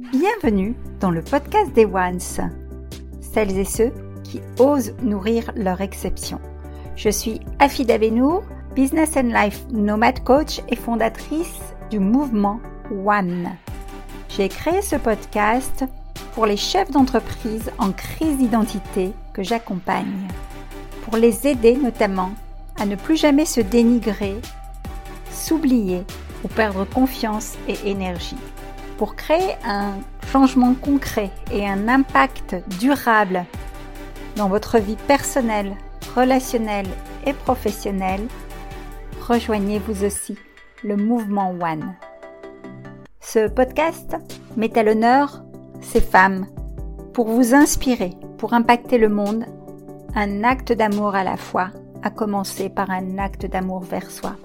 Bienvenue dans le podcast des Ones, celles et ceux qui osent nourrir leur exception. Je suis Afida Benour, Business and Life Nomad Coach et fondatrice du mouvement One. J'ai créé ce podcast pour les chefs d'entreprise en crise d'identité que j'accompagne, pour les aider notamment à ne plus jamais se dénigrer, s'oublier ou perdre confiance et énergie, pour créer un changement concret et un impact durable dans votre vie personnelle, relationnelle et professionnelle. Rejoignez vous aussi le mouvement One. Ce podcast met à l'honneur ces femmes pour vous inspirer, pour impacter le monde, un acte d'amour à la fois, à commencer par un acte d'amour vers soi.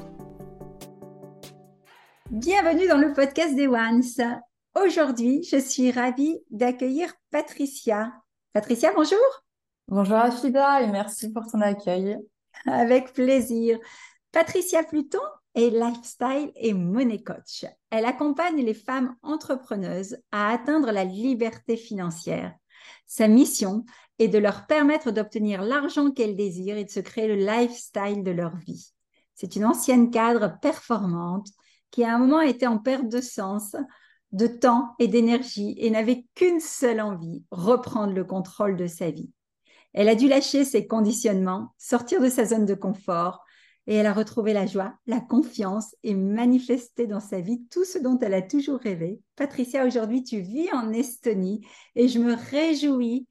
Bienvenue dans le podcast des Ones. Aujourd'hui, je suis ravie d'accueillir Patricia. Patricia, bonjour. Bonjour Afida et merci pour ton accueil. Avec plaisir. Patricia Pluton est lifestyle et money coach. Elle accompagne les femmes entrepreneuses à atteindre la liberté financière. Sa mission est de leur permettre d'obtenir l'argent qu'elles désirent et de se créer le lifestyle de leur vie. C'est une ancienne cadre performante qui à un moment était en perte de sens, de temps et d'énergie et n'avait qu'une seule envie, reprendre le contrôle de sa vie. Elle a dû lâcher ses conditionnements, sortir de sa zone de confort et elle a retrouvé la joie, la confiance et manifesté dans sa vie tout ce dont elle a toujours rêvé. Patricia, aujourd'hui, tu vis en Estonie et je me réjouis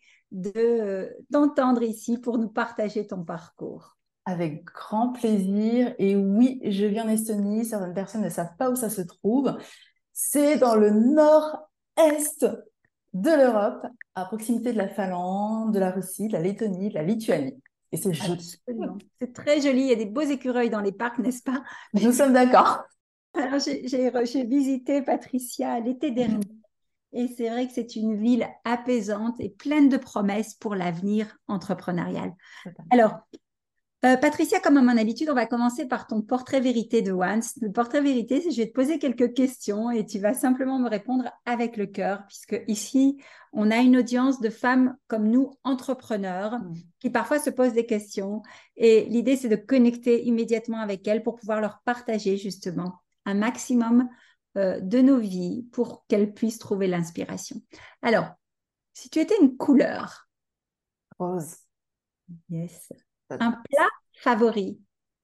de t'entendre ici pour nous partager ton parcours. Avec grand plaisir. Et oui, je vis en Estonie. Certaines personnes ne savent pas où ça se trouve. C'est dans le nord-est de l'Europe, à proximité de la Finlande, de la Russie, de la Lettonie, de la Lituanie. Et c'est joli. Absolument. C'est très joli. Il y a des beaux écureuils dans les parcs, n'est-ce pas? Nous sommes d'accord. Alors, j'ai visité Patricia l'été dernier. Et c'est vrai que c'est une ville apaisante et pleine de promesses pour l'avenir entrepreneurial. Alors, Patricia, comme à mon habitude, on va commencer par ton portrait vérité de Once. Le portrait vérité, c'est je vais te poser quelques questions et tu vas simplement me répondre avec le cœur, puisque ici, on a une audience de femmes comme nous, entrepreneurs, qui parfois se posent des questions. Et l'idée, c'est de connecter immédiatement avec elles pour pouvoir leur partager justement un maximum de nos vies pour qu'elles puissent trouver l'inspiration. Alors, si tu étais une couleur, Rose. yes, un plat favori.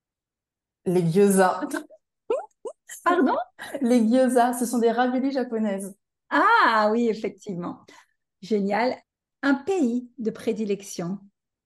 Les gyoza. Pardon? Les gyoza, ce sont des raviolis japonaises. Ah oui, effectivement. Génial. Un pays de prédilection.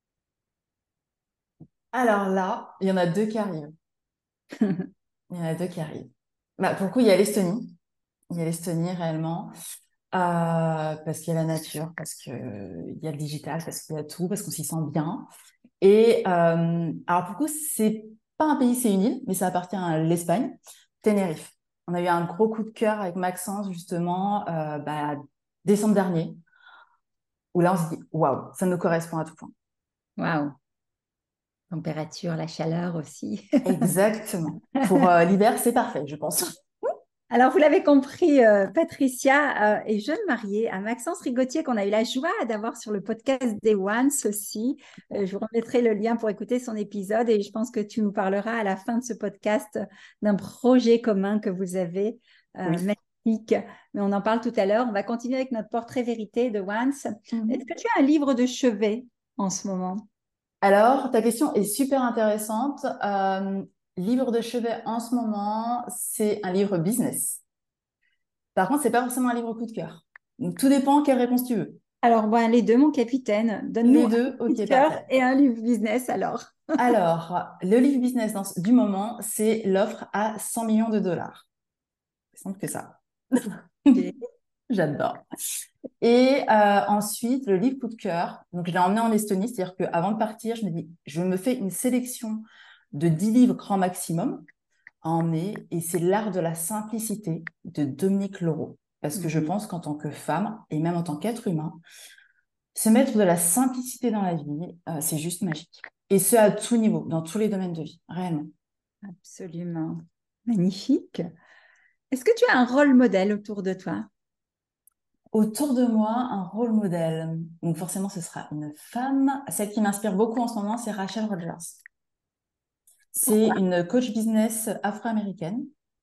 Alors là, il y en a deux qui arrivent. Il y en a deux qui arrivent. Bah, pour le coup, il y a l'Estonie. Il y a l'Estonie réellement. Parce qu'il y a la nature, parce qu'il y a le digital, parce qu'il y a tout, parce qu'on s'y sent bien. Et alors pour le coup, c'est pas un pays, c'est une île, mais ça appartient à l'Espagne, Tenerife. On a eu un gros coup de cœur avec Maxence justement décembre dernier, où là on se dit waouh, ça nous correspond à tout point. Waouh. Température, la chaleur aussi. Exactement. Pour l'hiver, c'est parfait, je pense. Alors, vous l'avez compris, Patricia est jeune mariée à Maxence Rigotier, qu'on a eu la joie d'avoir sur le podcast des Ones aussi. Je vous remettrai le lien pour écouter son épisode et je pense que tu nous parleras à la fin de ce podcast d'un projet commun que vous avez, Oui. magnifique. Mais on en parle tout à l'heure. On va continuer avec notre portrait vérité de Ones. Est-ce que tu as un livre de chevet en ce moment? Alors, ta question est super intéressante. Livre de chevet en ce moment, c'est un livre business. Par contre, c'est pas forcément un livre coup de cœur. Donc, tout dépend quelle réponse tu veux. Alors, ben, les deux, mon capitaine. Donne-nous Les un deux, coup de ok, cœur parfait. et un livre business alors. Alors, le livre business du moment, c'est l'offre à 100 millions de dollars. C'est simple que ça. Ok. J'adore. Et ensuite, le livre coup de cœur. Donc, je l'ai emmené en Estonie, c'est-à-dire qu'avant de partir, je me dis, je me fais une sélection de 10 livres grand maximum à emmener. Et c'est L'art de la simplicité de Dominique Leroux. Parce que je pense qu'en tant que femme, et même en tant qu'être humain, se mettre de la simplicité dans la vie, c'est juste magique. Et ce, à tout niveau, dans tous les domaines de vie, réellement. Absolument. Magnifique. Est-ce que tu as un rôle modèle autour de toi? Autour de moi, un rôle modèle. Donc forcément, ce sera une femme. Celle qui m'inspire beaucoup en ce moment, c'est Rachel Rodgers. C'est Pourquoi? une coach business afro-américaine.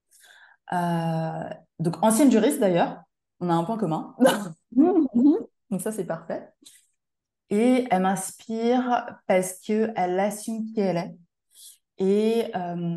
Donc ancienne juriste d'ailleurs. On a un point commun. Mhm. Donc ça, c'est parfait. Et elle m'inspire parce qu'elle assume qui elle est. Et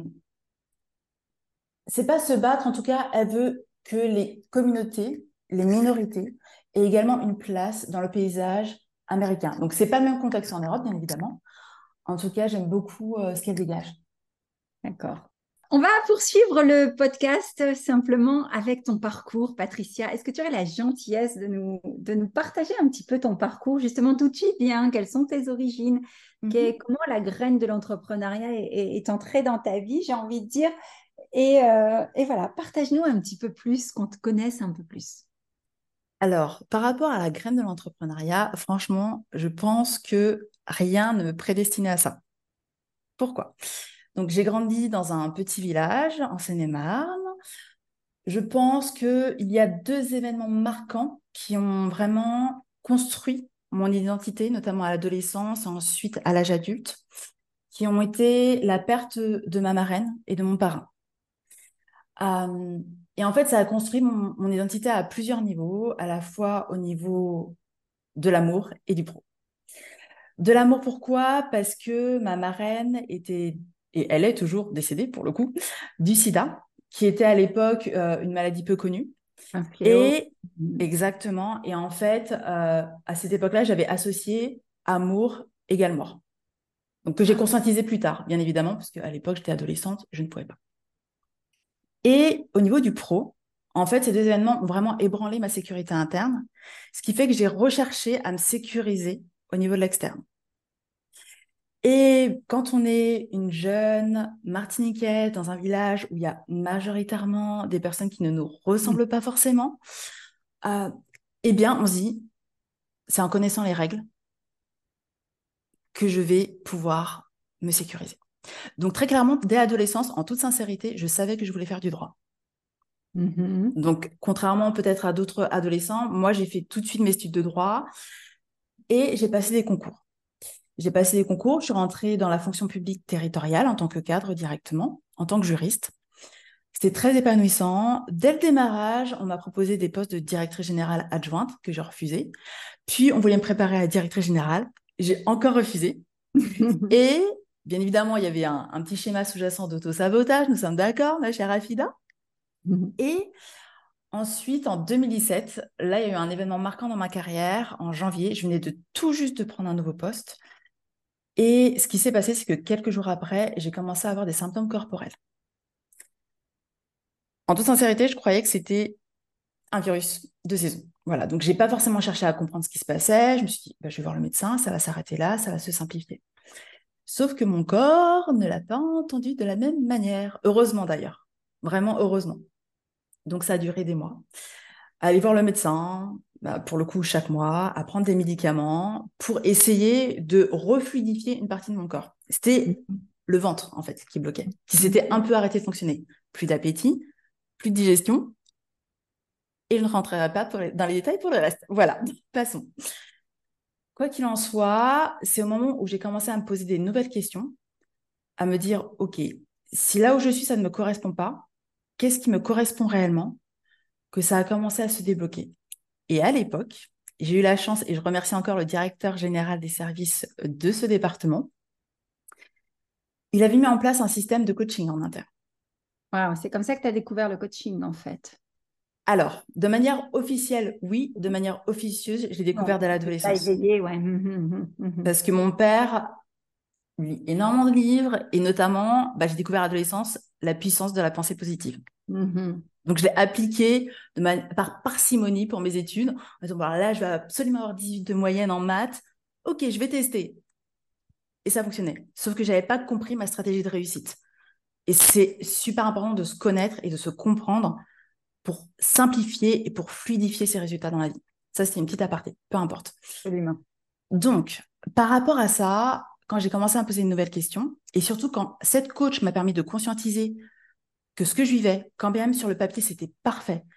c'est pas se battre, en tout cas, elle veut que les communautés, les minorités, aient également une place dans le paysage américain. Donc, c'est pas le même contexte en Europe, bien évidemment. En tout cas, j'aime beaucoup ce qu'elle dégage. D'accord. On va poursuivre le podcast simplement avec ton parcours, Patricia. Est-ce que tu aurais la gentillesse de nous partager un petit peu ton parcours, justement, d'où tu viens, quelles sont tes origines, Mhm. comment la graine de l'entrepreneuriat est entrée dans ta vie, j'ai envie de dire. Et voilà, partage-nous un petit peu plus, qu'on te connaisse un peu plus. Alors, par rapport à la graine de l'entrepreneuriat, franchement, je pense que rien ne me prédestinait à ça. Pourquoi? Donc, j'ai grandi dans un petit village en Seine-et-Marne. Je pense qu'il y a deux événements marquants qui ont vraiment construit mon identité, notamment à l'adolescence et ensuite à l'âge adulte, qui ont été la perte de ma marraine et de mon parrain. Euh, et en fait, ça a construit mon identité à plusieurs niveaux, à la fois au niveau de l'amour et du pro. De l'amour, pourquoi? Parce que ma marraine était, et elle est toujours décédée pour le coup, du sida, qui était à l'époque une maladie peu connue. Un fléau. Et exactement, et en fait, à cette époque-là, j'avais associé amour égale mort. Donc que j'ai conscientisé plus tard, bien évidemment, parce qu'à l'époque, j'étais adolescente, je ne pouvais pas. Et au niveau du pro, en fait, ces deux événements ont vraiment ébranlé ma sécurité interne, ce qui fait que j'ai recherché à me sécuriser au niveau de l'externe. Et quand on est une jeune Martiniquaise dans un village où il y a majoritairement des personnes qui ne nous ressemblent pas forcément, euh, eh bien, on se dit, c'est en connaissant les règles que je vais pouvoir me sécuriser. Donc, très clairement, dès l'adolescence, en toute sincérité, je savais que je voulais faire du droit. Mhm. Donc, contrairement peut-être à d'autres adolescents, moi, j'ai fait tout de suite mes études de droit et j'ai passé des concours. J'ai passé des concours, je suis rentrée dans la fonction publique territoriale en tant que cadre directement, en tant que juriste. C'était très épanouissant. Dès le démarrage, on m'a proposé des postes de directrice générale adjointe que j'ai refusé. Puis, on voulait me préparer à la directrice générale. J'ai encore refusé. Et bien évidemment, il y avait un petit schéma sous-jacent d'auto-sabotage, nous sommes d'accord, ma chère Afida. Et ensuite, en 2017, là, il y a eu un événement marquant dans ma carrière. En janvier, je venais de tout juste de prendre un nouveau poste. Et ce qui s'est passé, c'est que quelques jours après, j'ai commencé à avoir des symptômes corporels. En toute sincérité, je croyais que c'était un virus de saison. Voilà, donc j'ai pas forcément cherché à comprendre ce qui se passait. Je me suis dit, bah, je vais voir le médecin, ça va s'arrêter là, ça va se simplifier. Sauf que mon corps ne l'a pas entendu de la même manière. Heureusement d'ailleurs. Vraiment heureusement. Donc ça a duré des mois. Aller voir le médecin, bah, pour le coup chaque mois, à prendre des médicaments pour essayer de refluidifier une partie de mon corps. C'était le ventre en fait qui bloquait, qui s'était un peu arrêté de fonctionner. Plus d'appétit, plus de digestion. Et je ne rentrerai pas dans les détails pour le reste. Voilà, passons. Quoi qu'il en soit, c'est au moment où j'ai commencé à me poser des nouvelles questions, à me dire, OK, si là où je suis, ça ne me correspond pas, qu'est-ce qui me correspond réellement, que ça a commencé à se débloquer. Et à l'époque, j'ai eu la chance, et je remercie encore le directeur général des services de ce département, il avait mis en place un système de coaching en interne. Wow, c'est comme ça que tu as découvert le coaching, en fait. Alors, de manière officielle, oui, de manière officieuse, je l'ai découvert Non, dès tu t'as l'adolescence. éveillé, ouais. Mhm, mhm, mhm. Parce que mon père lit énormément de livres, et notamment, bah, j'ai découvert à l'adolescence la puissance de la pensée positive. Mhm. Donc, je l'ai appliqué par parcimonie pour mes études. En disant, voilà, là, je vais absolument avoir 18 de moyenne en maths. OK, je vais tester. Et ça fonctionnait. Sauf que je n'avais pas compris ma stratégie de réussite. Et c'est super important de se connaître et de se comprendre pour simplifier et pour fluidifier ses résultats dans la vie. Ça, c'est une petite aparté, peu importe. Absolument. Donc, par rapport à ça, quand j'ai commencé à me poser une nouvelle question, et surtout quand cette coach m'a permis de conscientiser que ce que je vivais, quand bien même sur le papier, c'était parfait,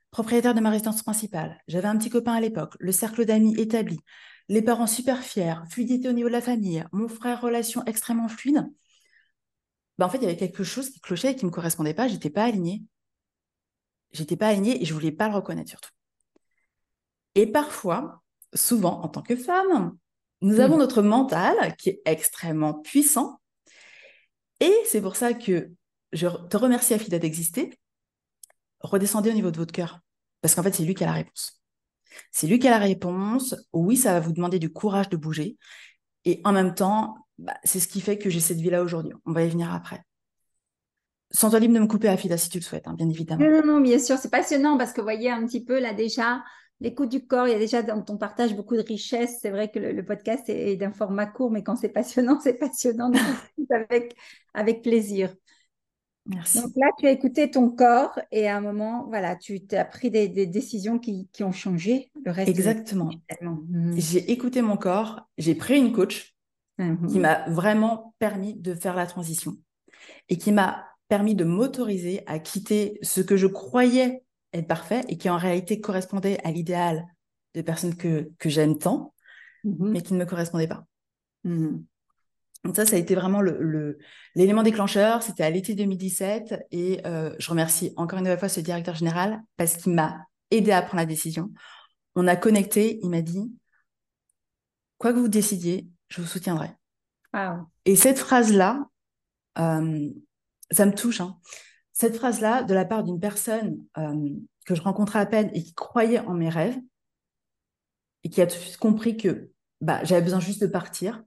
propriétaire de ma résidence principale, j'avais un petit copain à l'époque, le cercle d'amis établi, les parents super fiers, fluidité au niveau de la famille, mon frère, relation extrêmement fluide. Bah, en fait, il y avait quelque chose qui clochait et qui ne me correspondait pas. J'étais pas alignée. J'étais pas alignée et je voulais pas le reconnaître surtout. Et parfois, souvent, en tant que femme, nous avons Mhm. notre mental qui est extrêmement puissant. Et c'est pour ça que je te remercie, Afida, d'exister. Redescendez au niveau de votre cœur. Parce qu'en fait, c'est lui qui a la réponse. C'est lui qui a la réponse. Oui, ça va vous demander du courage de bouger. Et en même temps, bah, c'est ce qui fait que j'ai cette vie-là aujourd'hui. On va y venir après. Sens-toi libre de me couper, Afida, si tu le souhaites, hein, bien Non, évidemment. non, non, bien sûr, c'est passionnant parce que vous voyez un petit peu là déjà, l'écoute du corps, il y a déjà dans ton partage beaucoup de richesse. C'est vrai que le podcast est d'un format court, mais quand c'est passionnant, c'est passionnant. Donc, on écoute avec plaisir. Donc Merci. là, tu as écouté ton corps et à un moment, voilà, tu as pris des décisions qui ont changé le reste de ta vie, Exactement. finalement. Mhm. J'ai écouté mon corps, j'ai pris une coach qui Mhm. m'a vraiment permis de faire la transition et qui m'a permis de m'autoriser à quitter ce que je croyais être parfait et qui en réalité correspondait à l'idéal de personnes que j'aime tant, mais Mhm. qui ne me correspondaient pas. Mhm. Donc ça a été vraiment l'élément déclencheur. C'était à l'été 2017 et je remercie encore une fois ce directeur général parce qu'il m'a aidé à prendre la décision. On a connecté, il m'a dit, quoi que vous décidiez, je vous soutiendrai. Wow. Et cette phrase-là, euh, ça me touche, hein. Cette phrase-là, de la part d'une personne que je rencontrais à peine et qui croyait en mes rêves et qui a tout de suite compris que bah, j'avais besoin juste de partir,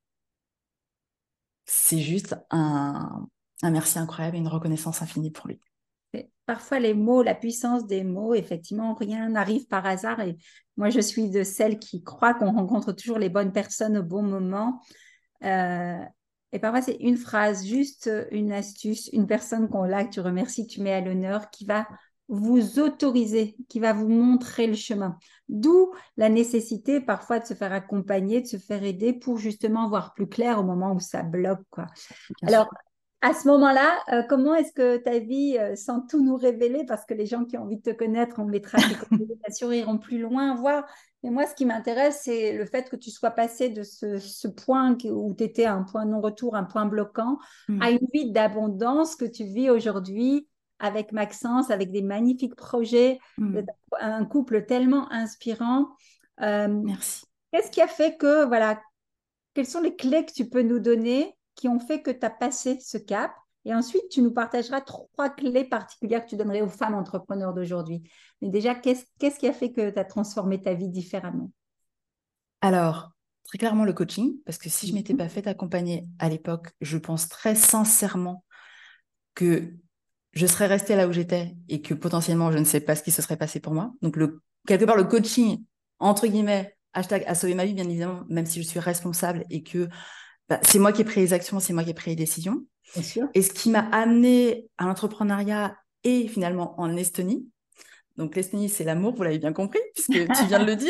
c'est juste un merci incroyable et une reconnaissance infinie pour lui. Parfois, les mots, la puissance des mots, effectivement, rien n'arrive par hasard. Et moi, je suis de celles qui croient qu'on rencontre toujours les bonnes personnes au bon moment. Euh, et parfois, c'est une phrase, juste une astuce, une personne qu'on là, que tu remercies, que tu mets à l'honneur, qui va vous autoriser, qui va vous montrer le chemin. D'où la nécessité parfois de se faire accompagner, de se faire aider pour justement voir plus clair au moment où ça bloque, quoi. Bien sûr. Alors, à ce moment-là, comment est-ce que ta vie, sans tout nous révéler, parce que les gens qui ont envie de te connaître, on mettra tes coordonnées, bien sûr, iront plus loin, voir. Mais moi, ce qui m'intéresse, c'est le fait que tu sois passé de ce point où tu étais à un point non-retour, un point bloquant, à Mm, une vie d'abondance que tu vis aujourd'hui avec Maxence, avec des magnifiques projets, mm, un couple tellement inspirant. Euh, merci. Qu'est-ce qui a fait que, voilà, quelles sont les clés que tu peux nous donner qui ont fait que tu as passé ce cap? Et ensuite, tu nous partageras trois clés particulières que tu donnerais aux femmes entrepreneurs d'aujourd'hui. Mais déjà, qu'est-ce qui a fait que tu as transformé ta vie différemment? Alors, très clairement le coaching, parce que si je m'étais Mhm. pas fait accompagner à l'époque, je pense très sincèrement que je serais restée là où j'étais et que potentiellement je ne sais pas ce qui se serait passé pour moi. Donc quelque part le coaching entre guillemets hashtag a sauvé ma vie bien évidemment, même si je suis responsable et que bah, c'est moi qui ai pris les actions, c'est moi qui ai pris les décisions. Bien sûr. Et ce qui m'a amené à l'entrepreneuriat et finalement en Estonie. Donc l'Estonie c'est l'amour, vous l'avez bien compris puisque tu viens de le dire.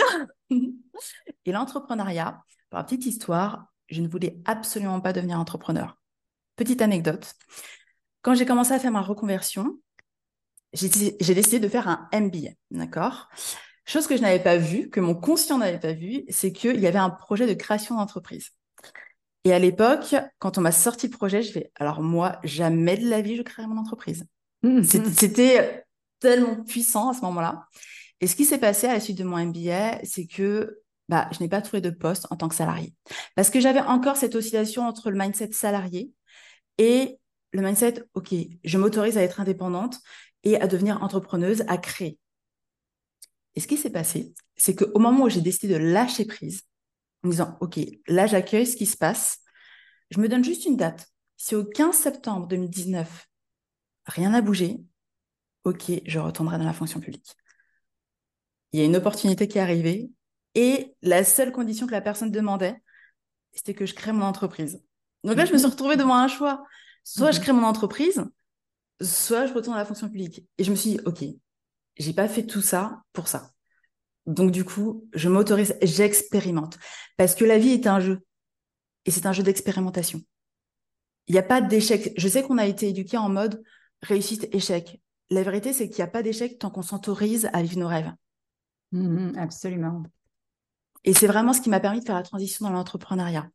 Et l'entrepreneuriat, pour la petite histoire, je ne voulais absolument pas devenir entrepreneur. Petite anecdote. Quand j'ai commencé à faire ma reconversion, j'ai décidé de faire un MBA, d'accord? Chose que je n'avais pas vue, que mon conscient n'avait pas vue, c'est qu'il y avait un projet de création d'entreprise. Et à l'époque, quand on m'a sorti le projet, je fais, alors moi, jamais de la vie, je créerai mon entreprise. Mhm. C'était tellement puissant à ce moment-là. Et ce qui s'est passé à la suite de mon MBA, c'est que bah, je n'ai pas trouvé de poste en tant que salarié. Parce que j'avais encore cette oscillation entre le mindset salarié et le mindset, OK, je m'autorise à être indépendante et à devenir entrepreneuse, à créer. Et ce qui s'est passé, c'est qu'au moment où j'ai décidé de lâcher prise, en me disant, OK, là, j'accueille ce qui se passe, je me donne juste une date. Si au 15 septembre 2019, rien n'a bougé, OK, je retournerai dans la fonction publique. Il y a une opportunité qui est arrivée et la seule condition que la personne demandait, c'était que je crée mon entreprise. Donc là, je me suis Mhm. retrouvée devant un choix. Soit je Mhm. crée mon entreprise, soit je retourne à la fonction publique. Et je me suis dit, OK, j'ai pas fait tout ça pour ça. Donc du coup, je m'autorise, j'expérimente. Parce que la vie est un jeu. Et c'est un jeu d'expérimentation. Il n'y a pas d'échec. Je sais qu'on a été éduqué en mode réussite, échec. la vérité, c'est qu'il n'y a pas d'échec tant qu'on s'autorise à vivre nos rêves. Absolument. Et c'est vraiment ce qui m'a permis de faire la transition dans l'entrepreneuriat.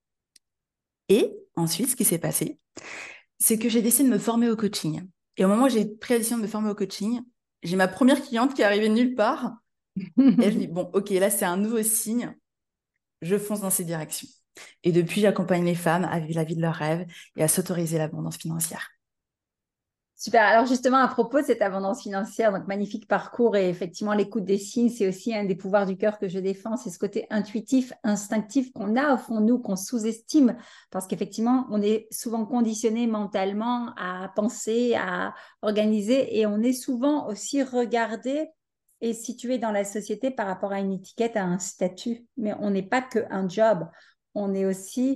Et ensuite, ce qui s'est passé, c'est que j'ai décidé de me former au coaching. Et au moment où j'ai pris la décision de me former au coaching, j'ai ma première cliente qui est arrivée de nulle part. Et je me dis, bon, ok, là, c'est un nouveau signe. Je fonce dans ces directions. Et depuis, j'accompagne les femmes à vivre la vie de leurs rêves et à s'autoriser l'abondance financière. Super. Alors justement, à propos de cette abondance financière, donc magnifique parcours et effectivement l'écoute des signes, c'est aussi un des pouvoirs du cœur que je défends, c'est ce côté intuitif, instinctif qu'on a au fond de nous, qu'on sous-estime, parce qu'effectivement, on est souvent conditionné mentalement à penser, à organiser, et on est souvent aussi regardé et situé dans la société par rapport à une étiquette, à un statut. Mais on n'est pas qu'un job, on est aussi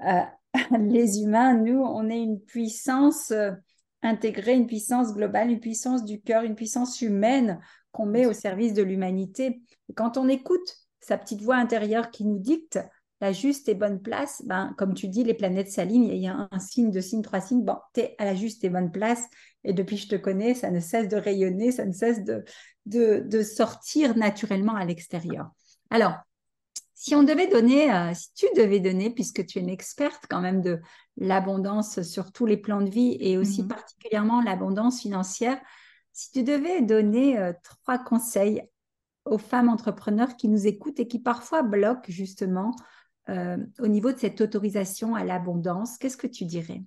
les humains, nous, on est une puissance. Intégrer une puissance globale, une puissance du cœur, une puissance humaine qu'on met au service de l'humanité. Et quand on écoute sa petite voix intérieure qui nous dicte la juste et bonne place, ben, comme tu dis, les planètes s'alignent, il y a un signe, deux signes, trois signes, bon, tu es à la juste et bonne place. Et depuis que je te connais, ça ne cesse de rayonner, ça ne cesse de sortir naturellement à l'extérieur. Alors, si on devait donner, si tu devais donner, puisque tu es une experte quand même de l'abondance sur tous les plans de vie et aussi particulièrement l'abondance financière, si tu devais donner trois conseils aux femmes entrepreneurs qui nous écoutent et qui parfois bloquent justement au niveau de cette autorisation à l'abondance, qu'est-ce que tu dirais?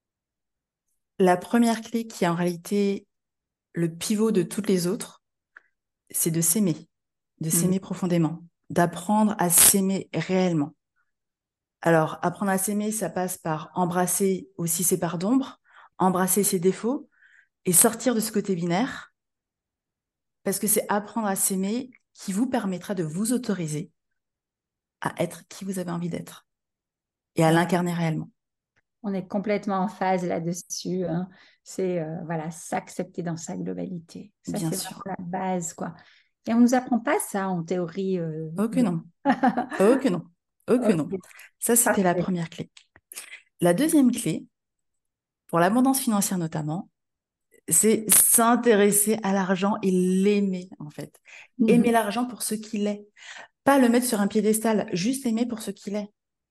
La première clé qui est en réalité le pivot de toutes les autres, c'est de s'aimer profondément, d'apprendre à s'aimer réellement. Alors, apprendre à s'aimer, ça passe par embrasser aussi ses parts d'ombre, embrasser ses défauts et sortir de ce côté binaire, parce que c'est apprendre à s'aimer qui vous permettra de vous autoriser à être qui vous avez envie d'être et à l'incarner réellement. On est complètement en phase là-dessus, hein. C'est voilà, s'accepter dans sa globalité. Ça, Bien c'est vraiment sûr. la base, quoi. Et on ne nous apprend pas ça en théorie. Oh que non. Oh que non. Oh que non. Ok, Ça, c'était la parfait. première clé. La deuxième clé, pour l'abondance financière notamment, c'est s'intéresser à l'argent et l'aimer, en fait. Aimer l'argent pour ce qu'il est. Pas le mettre sur un piédestal, juste aimer pour ce qu'il est.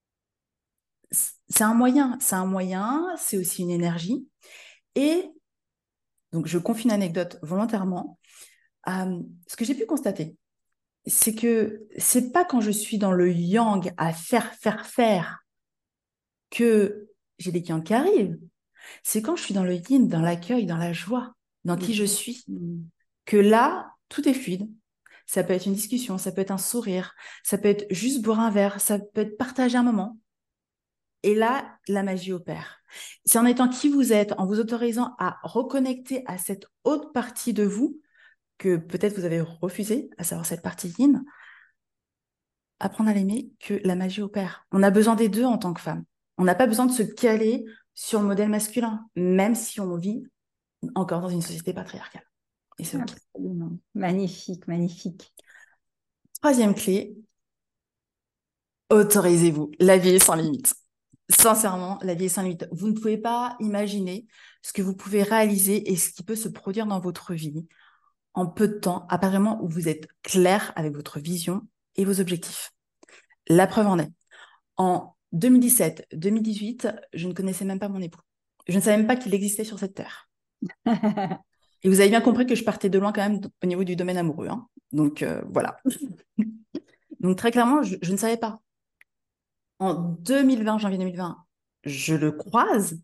C'est un moyen, c'est aussi une énergie. Et donc, je confie une anecdote volontairement. Ce que j'ai pu constater, c'est que c'est pas quand je suis dans le yang à faire que j'ai des clients qui arrivent. C'est quand je suis dans le yin, dans l'accueil, dans la joie, dans qui je suis, que là, tout est fluide. Ça peut être une discussion, ça peut être un sourire, ça peut être juste boire un verre, ça peut être partager un moment. Et là, la magie opère. C'est en étant qui vous êtes, en vous autorisant à reconnecter à cette autre partie de vous que peut-être vous avez refusé, à savoir cette partie yin, apprendre à l'aimer, que la magie opère. On a besoin des deux en tant que femme. On n'a pas besoin de se caler sur le modèle masculin, même si on vit encore dans une société patriarcale. Et c'est OK. Absolument. Magnifique, magnifique. Troisième clé, autorisez-vous. La vie est sans limite. Sincèrement, la vie est sans limite. Vous ne pouvez pas imaginer ce que vous pouvez réaliser et ce qui peut se produire dans votre vie en peu de temps, à partir du moment où vous êtes clair avec votre vision et vos objectifs. La preuve en est. En 2017-2018, je ne connaissais même pas mon époux. Je ne savais même pas qu'il existait sur cette terre. Et vous avez bien compris que je partais de loin quand même au niveau du domaine amoureux, hein. Donc voilà. Donc très clairement, je ne savais pas. En 2020, janvier 2020, je le croise.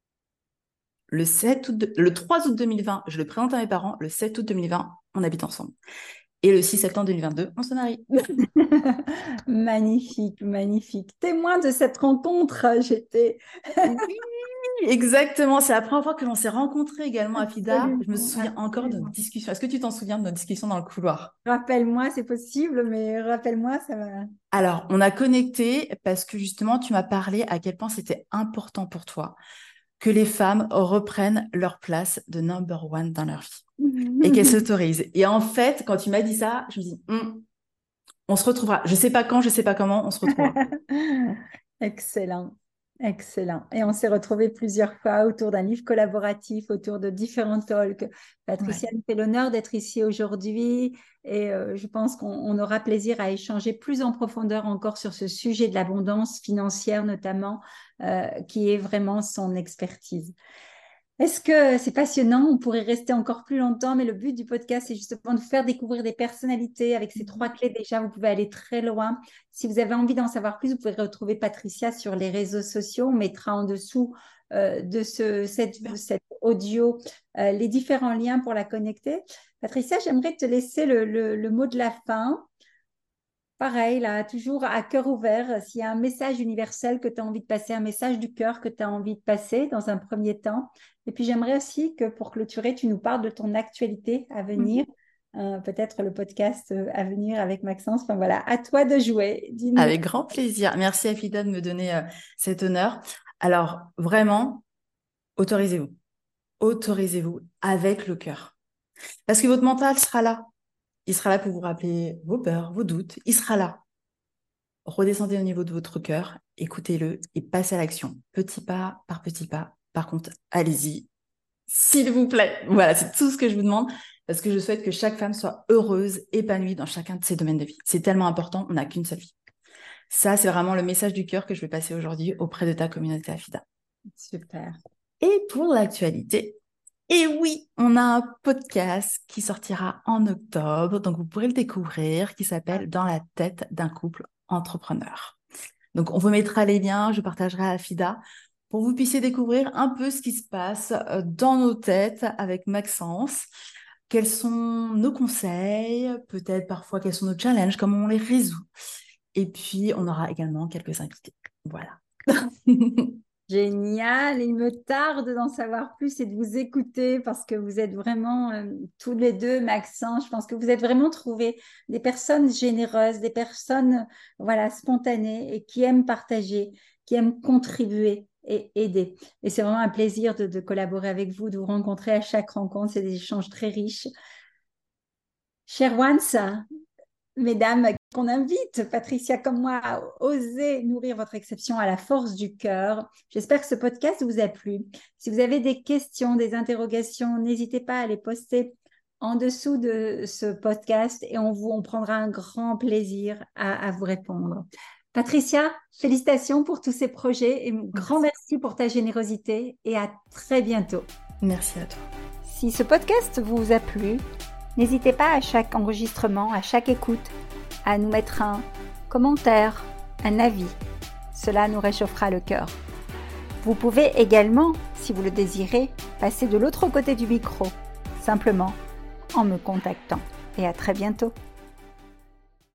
Le 3 août 2020, je le présente à mes parents. Le 7 août 2020, on habite ensemble. Et le 6 septembre 2022, on se marie. Magnifique, magnifique. Témoin de cette rencontre, j'étais Oui, exactement. C'est la première fois que l'on s'est rencontrés également, Afida. Je me absolument, souviens encore de notre absolument. discussion. Est-ce que tu t'en souviens de notre discussion dans le couloir? Rappelle-moi, c'est possible, mais rappelle-moi, ça va. Alors, on a connecté parce que justement, tu m'as parlé à quel point c'était important pour toi que les femmes reprennent leur place de number one dans leur vie et qu'elles s'autorisent. Et en fait, quand tu m'as dit ça, je me dis, on se retrouvera. Je sais pas quand, je sais pas comment, on se retrouvera. Excellent. Excellent. Et on s'est retrouvés plusieurs fois autour d'un livre collaboratif, autour de différents talks. Ouais. Patricia nous fait l'honneur d'être ici aujourd'hui et je pense qu'on aura plaisir à échanger plus en profondeur encore sur ce sujet de l'abondance financière notamment, qui est vraiment son expertise. Est-ce que c'est passionnant? On pourrait rester encore plus longtemps, mais le but du podcast, c'est justement de vous faire découvrir des personnalités. Avec ces trois Mhm. clés, déjà, vous pouvez aller très loin. Si vous avez envie d'en savoir plus, vous pouvez retrouver Patricia sur les réseaux sociaux. On mettra en dessous de Super. cet audio les différents liens pour la connecter. Patricia, j'aimerais te laisser le mot de la fin. Pareil, là, toujours à cœur ouvert. S'il y a un message universel que tu as envie de passer, un message du cœur que tu as envie de passer dans un premier temps. Et puis, j'aimerais aussi que pour clôturer, tu nous parles de ton actualité à venir, Mhm. peut-être le podcast à venir avec Maxence. Enfin voilà, à toi de jouer. Dis-nous. Avec grand plaisir. Merci Afida de me donner cet honneur. Alors, vraiment, autorisez-vous. Autorisez-vous avec le cœur. Parce que votre mental sera là. Il sera là pour vous rappeler vos peurs, vos doutes. Il sera là. Redescendez au niveau de votre cœur, écoutez-le et passez à l'action. Petit pas par petit pas. Par contre, allez-y, s'il vous plaît. Voilà, c'est tout ce que je vous demande parce que je souhaite que chaque femme soit heureuse, épanouie dans chacun de ses domaines de vie. C'est tellement important, on n'a qu'une seule vie. Ça, c'est vraiment le message du cœur que je vais passer aujourd'hui auprès de ta communauté Afida. Super. Et pour l'actualité, et oui, on a un podcast qui sortira en octobre, donc vous pourrez le découvrir, qui s'appelle Dans la tête d'un couple entrepreneur. Donc on vous mettra les liens, je partagerai à Fida pour que vous puissiez découvrir un peu ce qui se passe dans nos têtes avec Maxence. Quels sont nos conseils, peut-être parfois quels sont nos challenges, comment on les résout. Et puis on aura également quelques invités. Voilà. Génial, il me tarde d'en savoir plus et de vous écouter parce que vous êtes vraiment tous les deux, Maxence, je pense que vous êtes vraiment trouvés des personnes généreuses, des personnes voilà, spontanées et qui aiment partager, qui aiment contribuer et aider. Et c'est vraiment un plaisir de collaborer avec vous, de vous rencontrer à chaque rencontre, c'est des échanges très riches. Cher Ones, mesdames, qu'on invite, Patricia comme moi, à oser nourrir votre exception à la force du cœur. J'espère que ce podcast vous a plu. Si vous avez des questions, des interrogations, n'hésitez pas à les poster en dessous de ce podcast et on prendra un grand plaisir à vous répondre. Patricia, félicitations pour tous ces projets et un grand Merci. merci pour ta générosité et à très bientôt. Merci à toi. Si ce podcast vous a plu, n'hésitez pas à chaque enregistrement, à chaque écoute, à nous mettre un commentaire, un avis. Cela nous réchauffera le cœur. Vous pouvez également, si vous le désirez, passer de l'autre côté du micro, simplement en me contactant. Et à très bientôt.